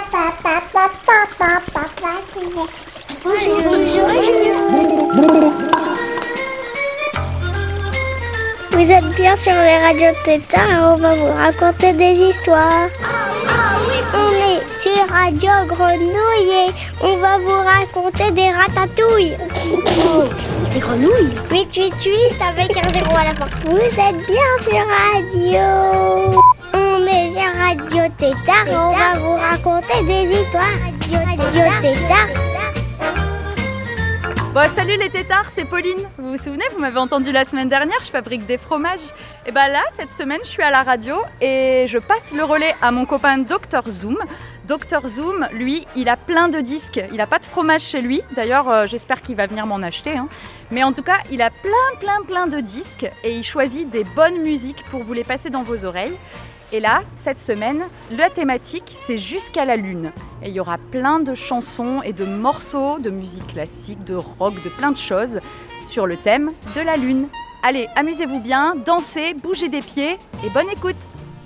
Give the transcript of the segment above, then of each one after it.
Vous êtes bien sur les radios Tétard et on va vous raconter des histoires. On est sur Radio Grenouille et on va vous raconter des ratatouilles. Des grenouilles? 888 avec un 0 à la fin. Vous êtes bien sur Radio. On est sur Radio Tétard et on va vous raconter des histoires. Radio Tétard. Bon, salut les tétards, c'est Pauline. Vous vous souvenez, vous m'avez entendu la semaine dernière, je fabrique des fromages. Et bien là, cette semaine, je suis à la radio et je passe le relais à mon copain Dr Zoom. Dr Zoom, lui, il a plein de disques. Il n'a pas de fromage chez lui. D'ailleurs, j'espère qu'il va venir m'en acheter. Mais en tout cas, il a plein de disques et il choisit des bonnes musiques pour vous les passer dans vos oreilles. Et là, cette semaine, la thématique, c'est Jusqu'à la Lune. Et il y aura plein de chansons et de morceaux de musique classique, de rock, de plein de choses sur le thème de la Lune. Allez, amusez-vous bien, dansez, bougez des pieds et bonne écoute!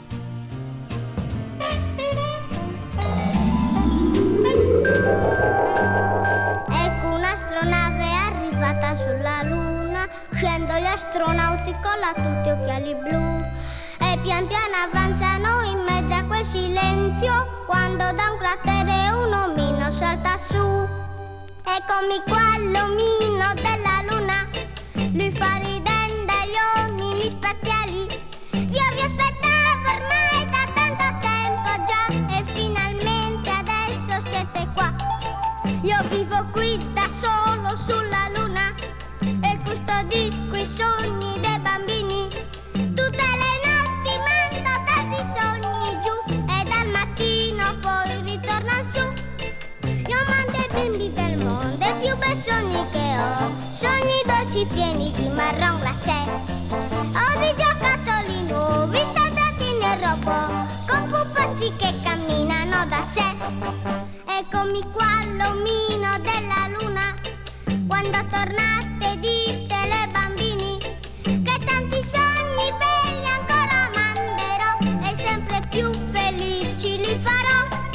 Ecco un'astronave arrivata sulla Luna, scendo gli astronauti con la tutti occhiali blu. E pian piano avanzano in mezzo a quel silenzio, quando da un cratere un omino salta su. Eccomi qua l'omino della luna, lui fa ridendo gli omini spaziali. Io vi aspettavo ormai da tanto tempo già, e finalmente adesso siete qua. Io vivo qui da solo sulla luna e custodisco i sogni dei bambini. Tutte le notti mando tanti sogni giù e dal mattino poi ritorno su. Io mando ai bimbi del mondo i più bei sogni che ho, sogni dolci pieni di marron glacé. Ho dei giocattoli nuovi saltati nel robot, con pupazzi che camminano da sé. Eccomi qua l'omino della luna, quando tornate ditele bambini che tanti sogni belli ancora manderò e sempre più felici li farò.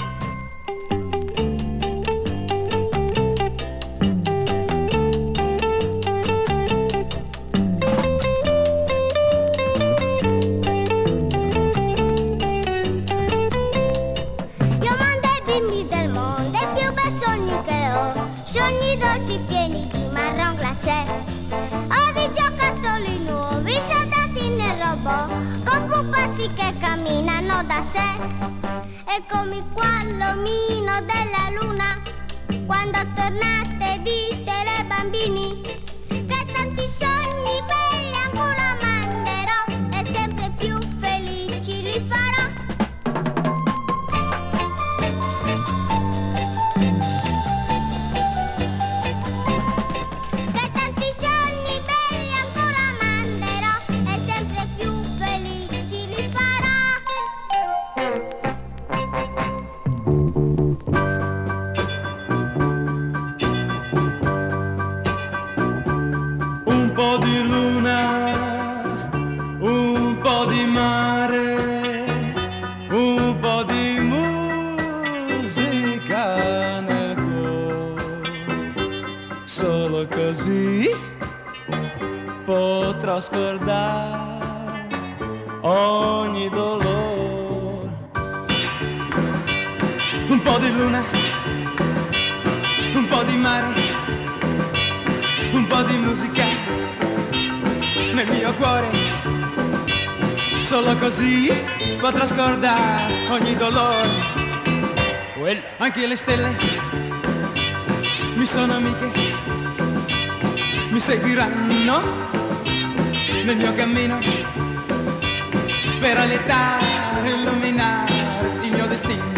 Io mando ai bimbi del mondo i più bei sogni che ho, sogni dolci pieni di marron glacé. Ho dei giocattoli nuovi saltati nel robot, con pupazzi che camminano da sé. Eccomi qua l'omino della luna, quando tornate ditele bambini che tanti sogni belli ancora manderò e sempre più felici li farò. Che tanti sogni belli ancora manderò e sempre più felici li farò. Un po' di luna, un po' di mare, un po' di musica nel cuore. Solo così potrò scordare ogni dolore. Un po' di luna, un po' di mare, un po' di musica nel mio cuore. Solo così potrò scordare ogni dolore. Anche le stelle mi sono amiche, mi seguiranno nel mio cammino per allietare, illuminare il mio destino.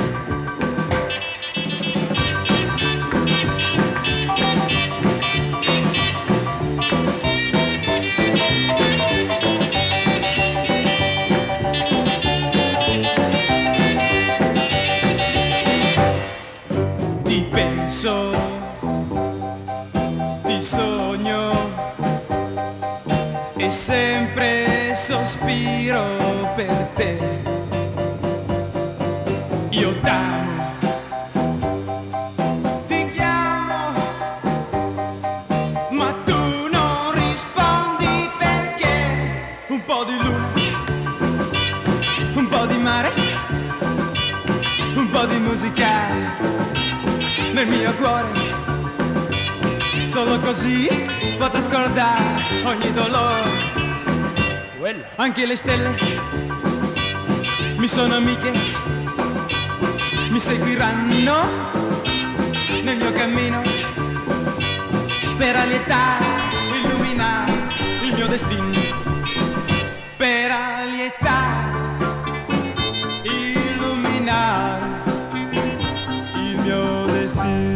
Ti penso, ti sogno e sempre sospiro per te. Io po' di musica nel mio cuore. Solo così potrò scordare ogni dolore. Anche le stelle mi sono amiche, mi seguiranno nel mio cammino per allietare, illuminare il mio destino. Per allietare, illuminare il mio destino.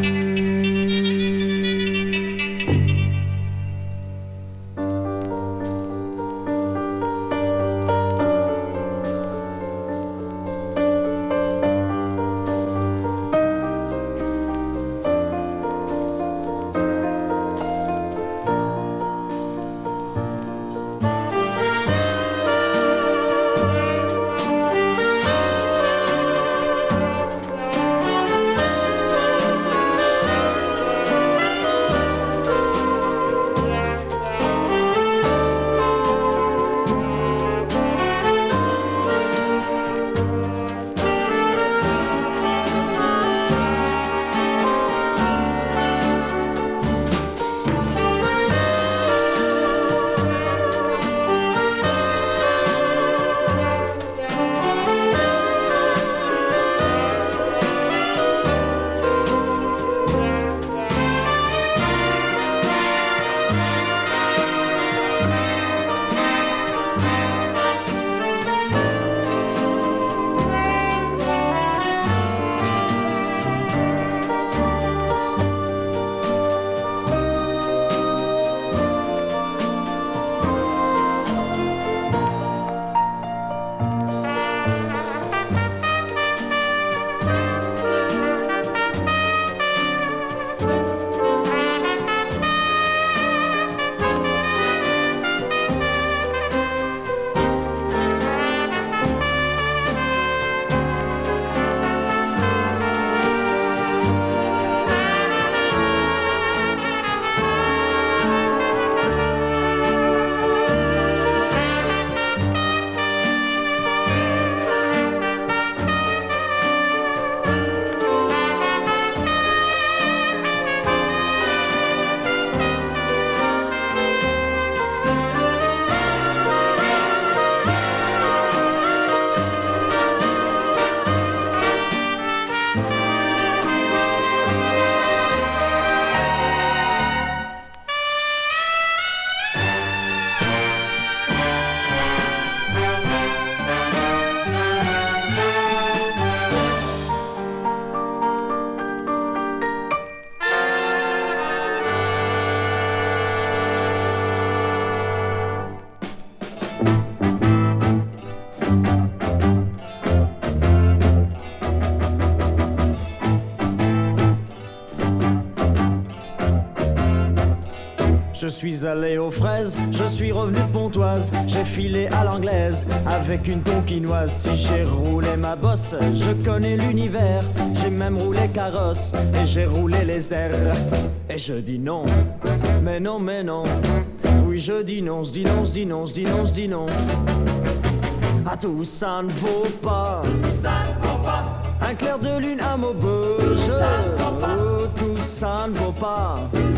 Je suis allé aux fraises, je suis revenu de Pontoise. J'ai filé à l'anglaise avec une tonkinoise. Si j'ai roulé ma bosse, je connais l'univers. J'ai même roulé carrosse et j'ai roulé les airs. Et je dis non, mais non, mais non. Oui, je dis non, je dis non, je dis non, je dis non, je dis non. Ah, tout ça ne vaut pas, un clair de lune à Maubeuge. Oh, tout ça ne vaut pas,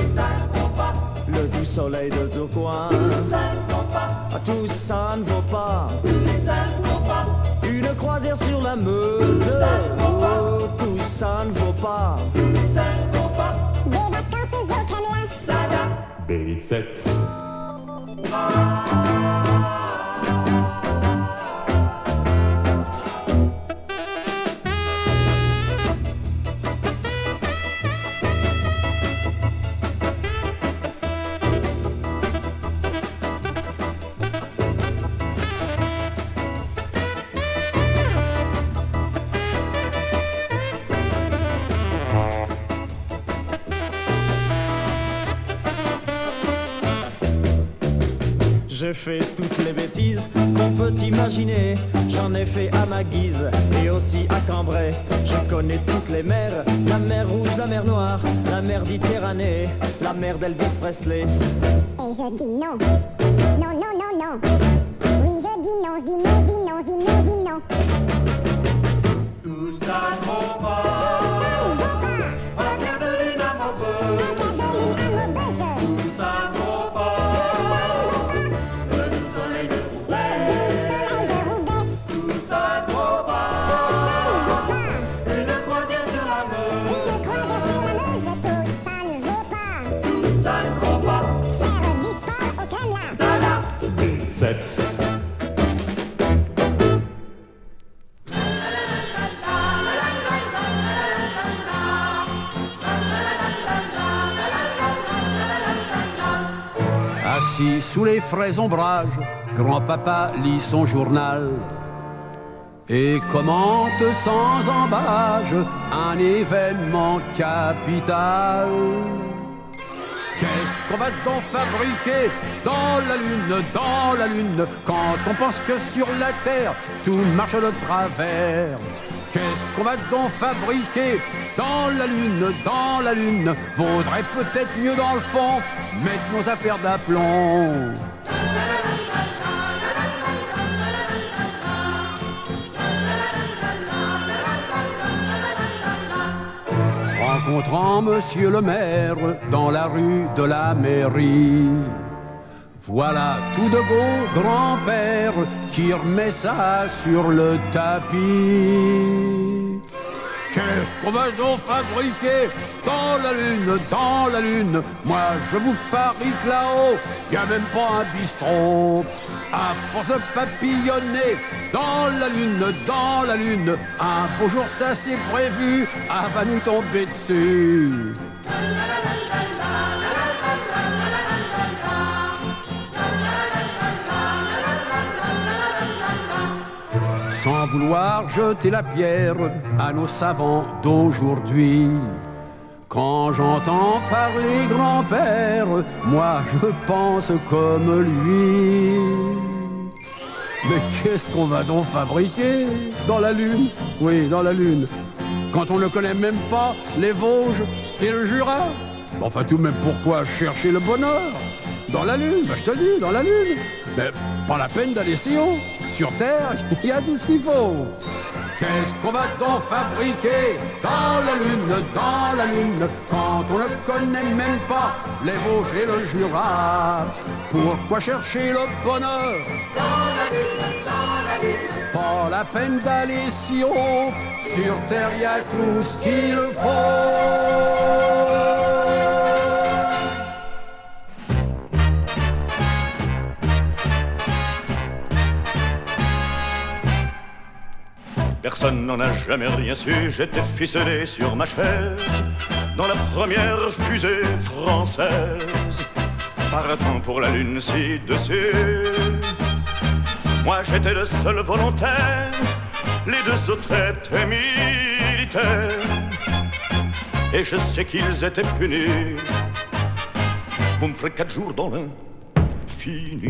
le doux soleil de Tourcoing. Ah, tout ça ne vaut pas, une croisière sur la Meuse. Oh, tout ça ne vaut pas, des vacances au Canada. B7. J'ai fait toutes les bêtises qu'on peut imaginer. J'en ai fait à ma guise et aussi à Cambrai. Je connais toutes les mers, la mer Rouge, la mer Noire, la mer Méditerranée, la mer d'Elvis Presley. Et je dis non, non, non, non, non. Oui, je dis non, je dis non, je dis non, je dis non, je dis non. Tout ça ne vaut Assis sous les frais ombrages, grand-papa lit son journal et commente sans embâge un événement capital. Qu'est-ce qu'on va donc fabriquer dans la lune, quand on pense que sur la terre, tout marche de travers? Qu'est-ce qu'on va donc fabriquer dans la lune, vaudrait peut-être mieux dans le fond mettre nos affaires d'aplomb. Rencontrant monsieur le maire dans la rue de la mairie, voilà tout de beau grand-père qui remet ça sur le tapis. Qu'est-ce qu'on va donc fabriquer dans la lune? Moi je vous parie que là-haut, y a même pas un bistrot. À force de papillonner dans la lune, un beau jour ça s'est prévu, va nous tomber dessus. Sans vouloir jeter la pierre à nos savants d'aujourd'hui, quand j'entends parler grand-père, moi je pense comme lui. Mais qu'est-ce qu'on va donc fabriquer dans la lune? Oui, dans la lune, quand on ne connaît même pas les Vosges et le Jura. Enfin tout de même, pourquoi chercher le bonheur dans la lune? Je te dis, dans la lune. Mais pas la peine d'aller si haut. Sur Terre, il y a tout ce qu'il faut. Qu'est-ce qu'on va donc fabriquer dans la lune, quand on ne connaît même pas les Vosges et le Jura? Pourquoi chercher le bonheur dans la lune? Pas la peine d'aller si haut. Sur Terre, il y a tout ce qu'il faut. Personne n'en a jamais rien su, j'étais ficelé sur ma chaise dans la première fusée française, partant pour la lune ci-dessus. Moi j'étais le seul volontaire, les deux autres étaient militaires, et je sais qu'ils étaient punis. Vous me ferez 4 jours dans l'infini.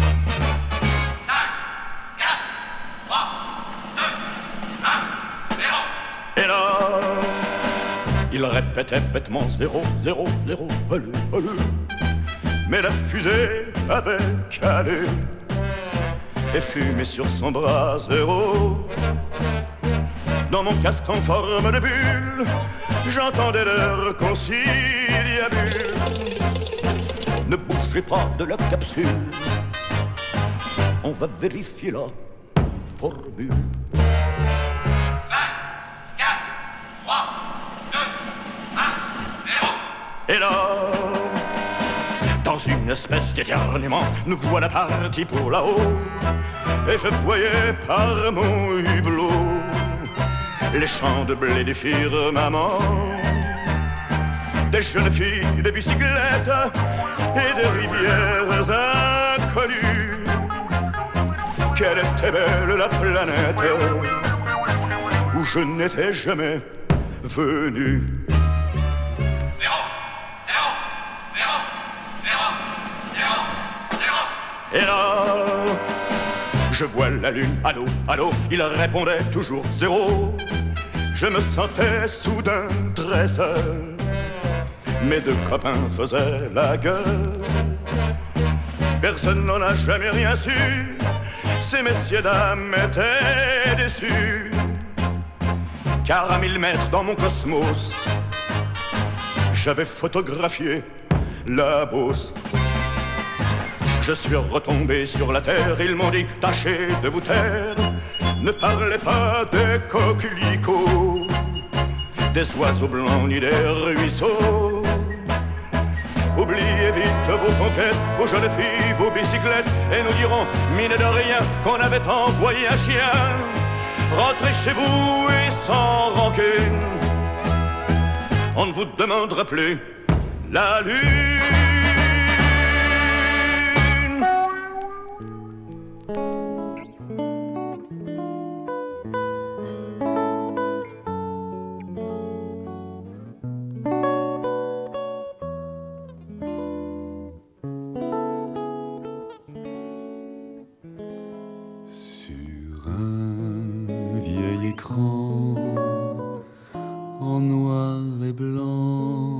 Et là, il répétait bêtement 0, 0, 0, allez, allez. Mais la fusée avait calé et fumé sur son bras 0. Dans mon casque en forme de bulle, j'entendais leur conciliabule. Ne bougez pas de la capsule, on va vérifier la formule. Et là, dans une espèce d'éternuement, nous voilà partis pour là-haut. Et je voyais par mon hublot les champs de blé des firmaments, des jeunes filles, des bicyclettes et des rivières inconnues. Quelle était belle la planète où je n'étais jamais venu. Et là, je vois la lune, allô, allô, il répondait toujours 0. Je me sentais soudain très seul. Mes 2 copains faisaient la gueule. Personne n'en a jamais rien su. Ces messieurs dames étaient déçus. Car à 1000 mètres dans mon cosmos, j'avais photographié la Beauce. Je suis retombé sur la terre, ils m'ont dit tâchez de vous taire, ne parlez pas des coquelicots, des oiseaux blancs ni des ruisseaux. Oubliez vite vos conquêtes, vos jeunes filles, vos bicyclettes, et nous dirons, mine de rien, qu'on avait envoyé un chien. Rentrez chez vous et sans rancune, on ne vous demandera plus la lune. écran en noir et blanc.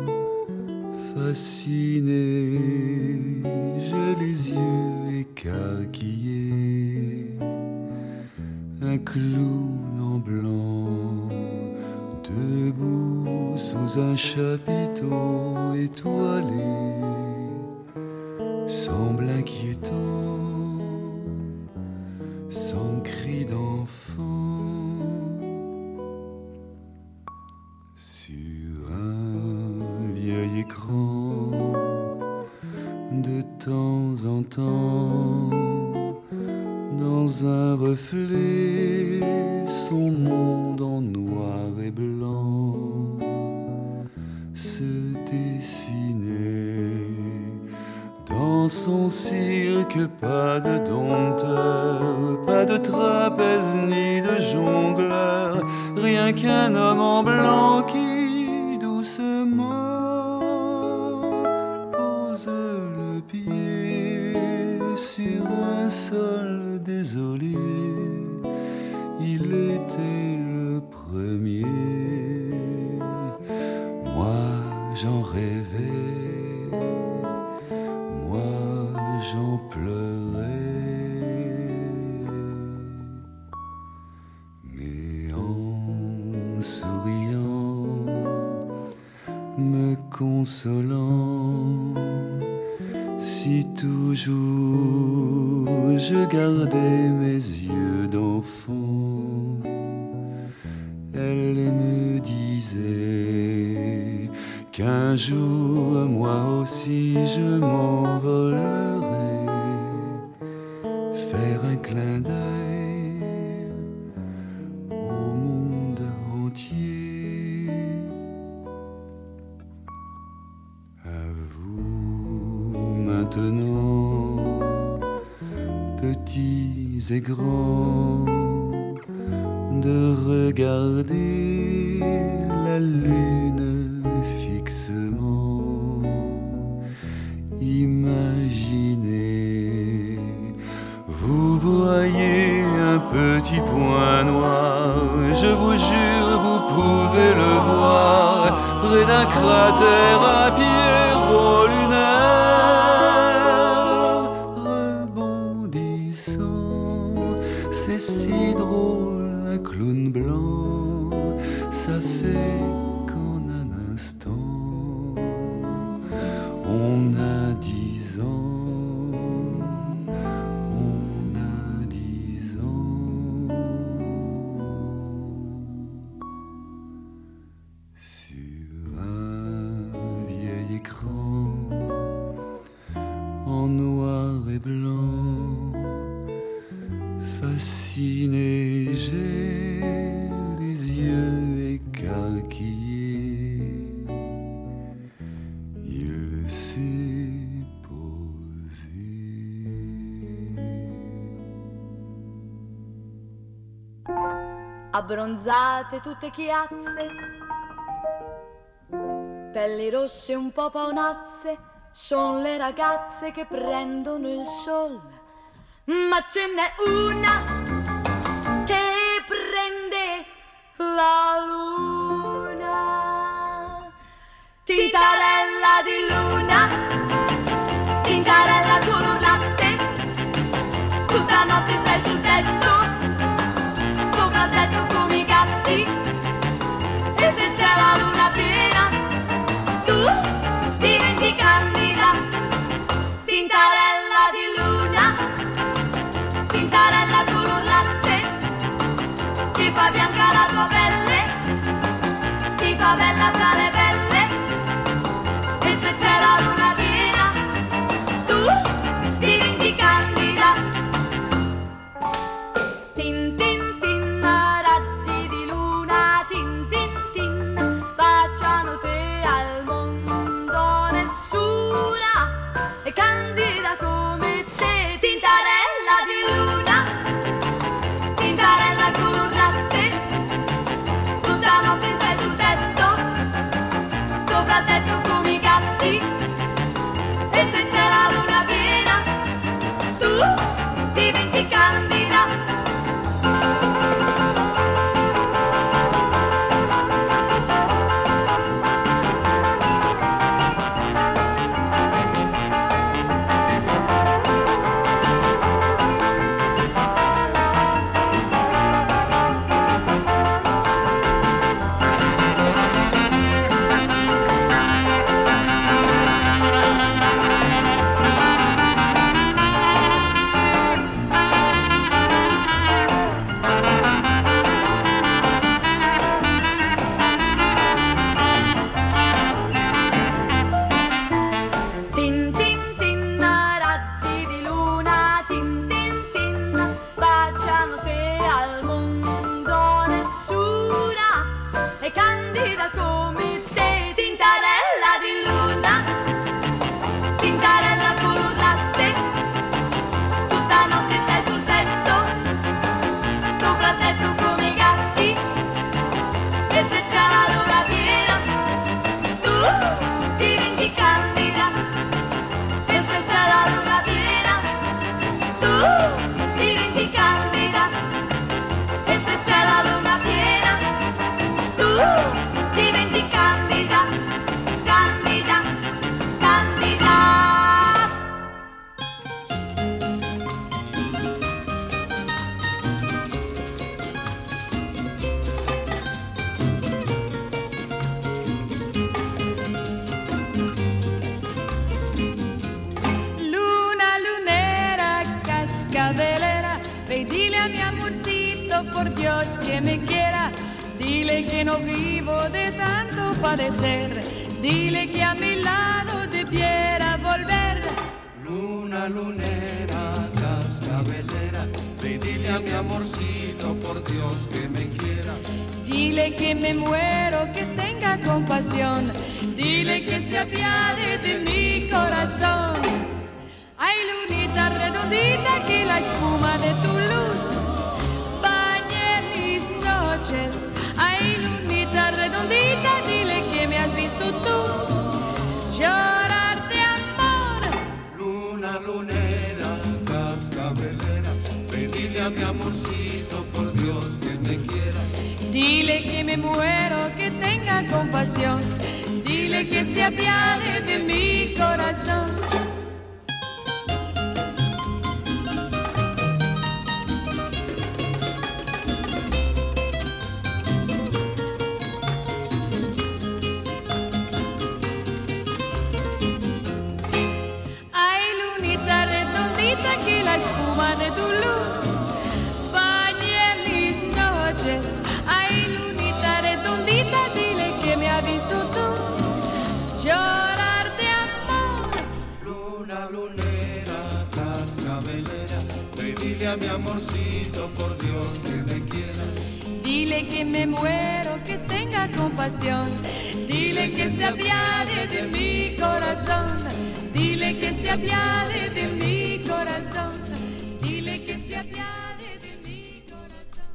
Fasciné, j'ai les yeux écarquillés. Un clown en blanc, debout sous un chapiteau étoilé, semble inquiétant, sans cri d'enfant. Sur un vieil écran, de temps en temps, dans un reflet, son monde en noir et blanc se dessinait. Dans son cirque, pas de dompteur, pas de trapèze ni de jongleur, rien qu'un homme en blanc qui doucement pose le pied sur un sol désolé. Il était le premier. Moi j'en rêvais, moi j'en pleurais, mais en souriant, me consolant, si toujours je gardais mes yeux d'enfant, elle me disait qu'un jour moi aussi je m'envolerai, faire un clin d'œil au monde entier. À vous maintenant, petits et grands, de regarder la lune fixement. Imaginez, vous voyez un petit point noir, je vous jure vous pouvez le voir, près d'un cratère à Pierrot lunaire, rebondissant, c'est si drôle. Un clown blanc, ça fait qu'en un instant, on a 10 ans, on a 10 ans. Sur un vieil écran, en noir et blanc, fasciné, j'ai les yeux écarquillés. Il s'est posé. Abbronzate tutte chiazze, pelli rosse un po' paonazze, son le ragazze che prendono il sol. Ma ce n'è una che prende la luna. Tintarella di luna, tintarella color latte, tutta notte stai sul tetto, sopra il tetto come i gatti. E se c'è la luna piena, tu diventi candida. Tintarella di luna, tintarella color latte, ti fa bianca la tua pelle, ti fa bella tra le belle. E se c'è la luna piena, tu diventi candida. Tin tin tin, raggi di luna, tin tin tin, baciano te al mondo, nessuna è candida come te. Tintarella di luna, tintarella color latte, por Dios que me quiera. Dile que no vivo de tanto padecer. Dile que a mi lado debiera volver. Luna, lunera, cascabelera, ve y dile a mi amorcito por Dios que me quiera. Dile que me muero, que tenga compasión. Dile que se apiade de mi corazón. Ay, lunita redondita, que la espuma de tu luz bañe mis noches. Ay, lunita redondita, dile que me has visto tú llorar de amor. Luna, lunera, cascabelera, ve y dile a mi amorcito por Dios que me quiera. Dile que me muero, que tenga compasión. Dile que se apiade de mi corazón. Ay, lunita redondita, que la espuma de tu luz bañe mis noches. Ay, lunita redondita, dile que me ha visto tú llorar de amor. Luna, lunera, cascabelera, ve y dile a mi amorcito por Dios que me quiera. Dile que me muero, que tenga compasión. Dile que se apiade de mi corazón. Dile que se apiade de mi corazón. Dile que se apiade de mi corazón.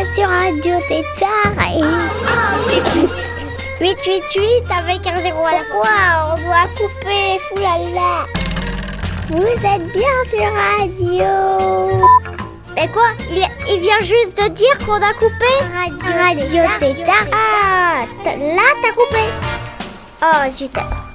sur Radio Tétard. 888 avec un 0 à la fois, on doit couper, foulala. Vous êtes bien sur Radio. Mais quoi, il vient juste de dire qu'on a coupé Radio Tétard. Ah, là t'as coupé. Oh zut.